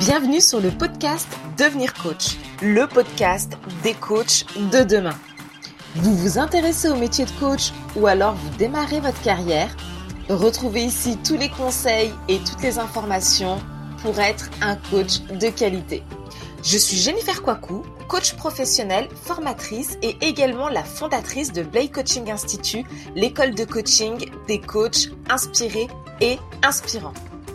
Bienvenue sur le podcast Devenir coach, le podcast des coachs de demain. Vous vous intéressez au métier de coach ou alors vous démarrez votre carrière? Retrouvez ici tous les conseils et toutes les informations pour être un coach de qualité. Je suis Jennifer Kouakou, coach professionnelle, formatrice et également la fondatrice de Blay Coaching Institute, l'école de coaching des coachs inspirés et inspirants.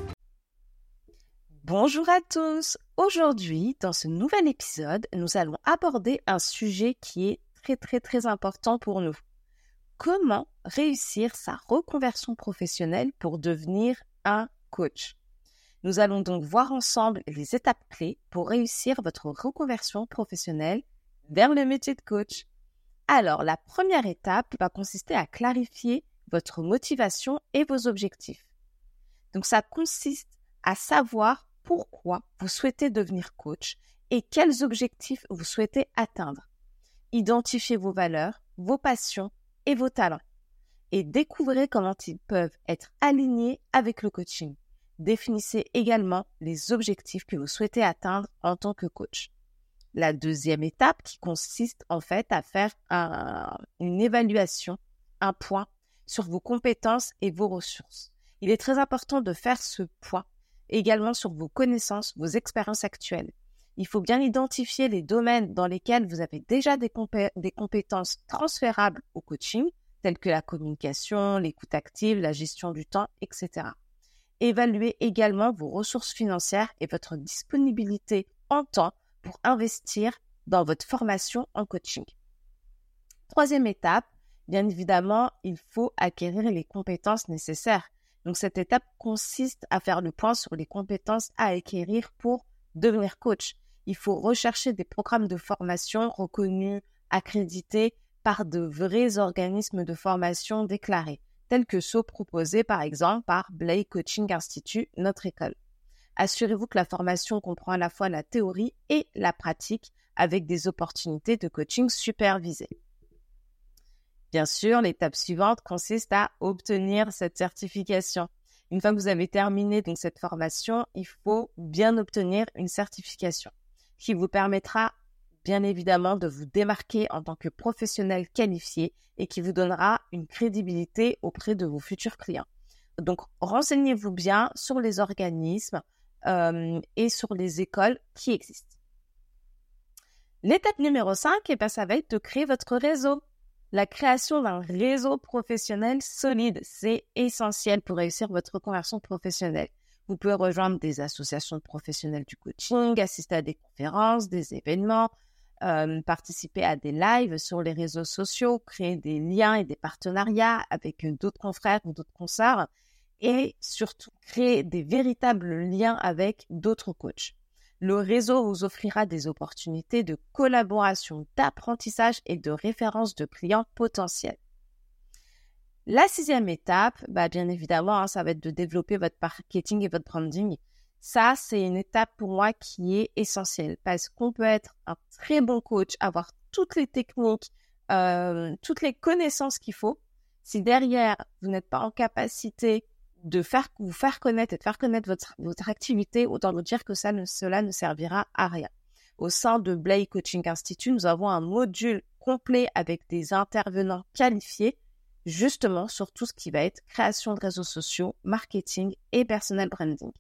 Bonjour à tous! Aujourd'hui, dans ce nouvel épisode, nous allons aborder un sujet qui est très important pour nous. Comment réussir sa reconversion professionnelle pour devenir un coach? Nous allons donc voir ensemble les étapes clés pour réussir votre reconversion professionnelle vers le métier de coach. Alors, la première étape va consister à clarifier votre motivation et vos objectifs. Donc, ça consiste à savoir pourquoi vous souhaitez devenir coach et quels objectifs vous souhaitez atteindre. Identifiez vos valeurs, vos passions et vos talents et découvrez comment ils peuvent être alignés avec le coaching. Définissez également les objectifs que vous souhaitez atteindre en tant que coach. La deuxième étape qui consiste en fait à faire une évaluation, un point sur vos compétences et vos ressources. Il est très important de faire ce point également sur vos connaissances, vos expériences actuelles. Il faut bien identifier les domaines dans lesquels vous avez déjà des compétences transférables au coaching, telles que la communication, l'écoute active, la gestion du temps, etc. Évaluez également vos ressources financières et votre disponibilité en temps pour investir dans votre formation en coaching. Troisième étape, bien évidemment, il faut acquérir les compétences nécessaires. Donc, cette étape consiste à faire le point sur les compétences à acquérir pour devenir coach. Il faut rechercher des programmes de formation reconnus, accrédités par de vrais organismes de formation déclarés, tels que ceux proposés par exemple par Blay Coaching Institute, notre école. Assurez-vous que la formation comprend à la fois la théorie et la pratique avec des opportunités de coaching supervisées. Bien sûr, l'étape suivante consiste à obtenir cette certification. Une fois que vous avez terminé donc cette formation, il faut bien obtenir une certification qui vous permettra bien évidemment de vous démarquer en tant que professionnel qualifié et qui vous donnera une crédibilité auprès de vos futurs clients. Donc, renseignez-vous bien sur les organismes et sur les écoles qui existent. L'étape numéro 5, ça va être de créer votre réseau. La création d'un réseau professionnel solide, c'est essentiel pour réussir votre reconversion professionnelle. Vous pouvez rejoindre des associations de professionnels du coaching, assister à des conférences, des événements, participer à des lives sur les réseaux sociaux, créer des liens et des partenariats avec d'autres confrères ou d'autres consoeurs et surtout créer des véritables liens avec d'autres coachs. Le réseau vous offrira des opportunités de collaboration, d'apprentissage et de référence de clients potentiels. La 6e étape, bien évidemment, ça va être de développer votre marketing et votre branding. Ça, c'est une étape pour moi qui est essentielle parce qu'on peut être un très bon coach, avoir toutes les techniques, toutes les connaissances qu'il faut. Si derrière, vous n'êtes pas en capacité de vous faire connaître et de faire connaître votre activité, autant vous dire que cela ne servira à rien. Au sein de Blay Coaching Institute, nous avons un module complet avec des intervenants qualifiés, justement sur tout ce qui va être création de réseaux sociaux, marketing et personal branding.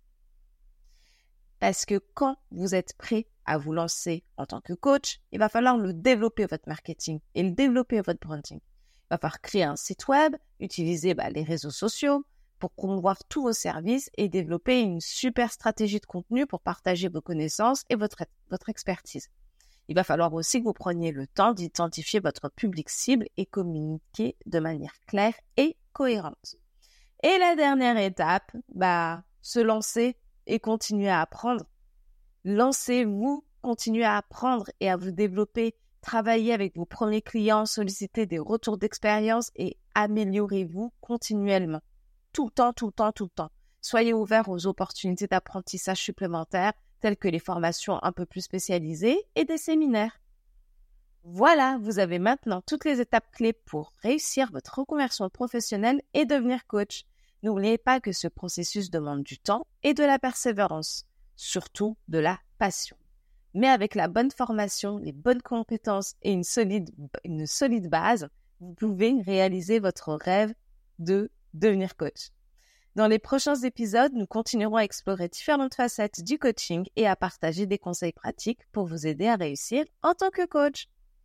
Parce que quand vous êtes prêt à vous lancer en tant que coach, il va falloir le développer votre marketing et le développer votre branding. Il va falloir créer un site web, utiliser les réseaux sociaux, pour promouvoir tous vos services et développer une super stratégie de contenu pour partager vos connaissances et votre expertise. Il va falloir aussi que vous preniez le temps d'identifier votre public cible et communiquer de manière claire et cohérente. Et la dernière étape, se lancer et continuer à apprendre. Lancez-vous, continuez à apprendre et à vous développer, travaillez avec vos premiers clients, sollicitez des retours d'expérience et améliorez-vous continuellement. Tout le temps. Soyez ouverts aux opportunités d'apprentissage supplémentaires, telles que les formations un peu plus spécialisées et des séminaires. Voilà, vous avez maintenant toutes les étapes clés pour réussir votre reconversion professionnelle et devenir coach. N'oubliez pas que ce processus demande du temps et de la persévérance. surtout de la passion. Mais avec la bonne formation, les bonnes compétences et une solide base, vous pouvez réaliser votre rêve de devenir coach. Dans les prochains épisodes, nous continuerons à explorer différentes facettes du coaching et à partager des conseils pratiques pour vous aider à réussir en tant que coach.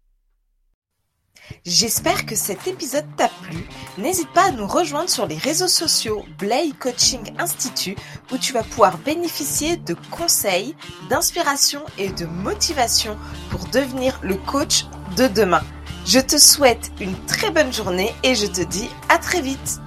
J'espère que cet épisode t'a plu. N'hésite pas à nous rejoindre sur les réseaux sociaux Blay Coaching Institute où tu vas pouvoir bénéficier de conseils, d'inspiration et de motivation pour devenir le coach de demain. Je te souhaite une très bonne journée et je te dis à très vite.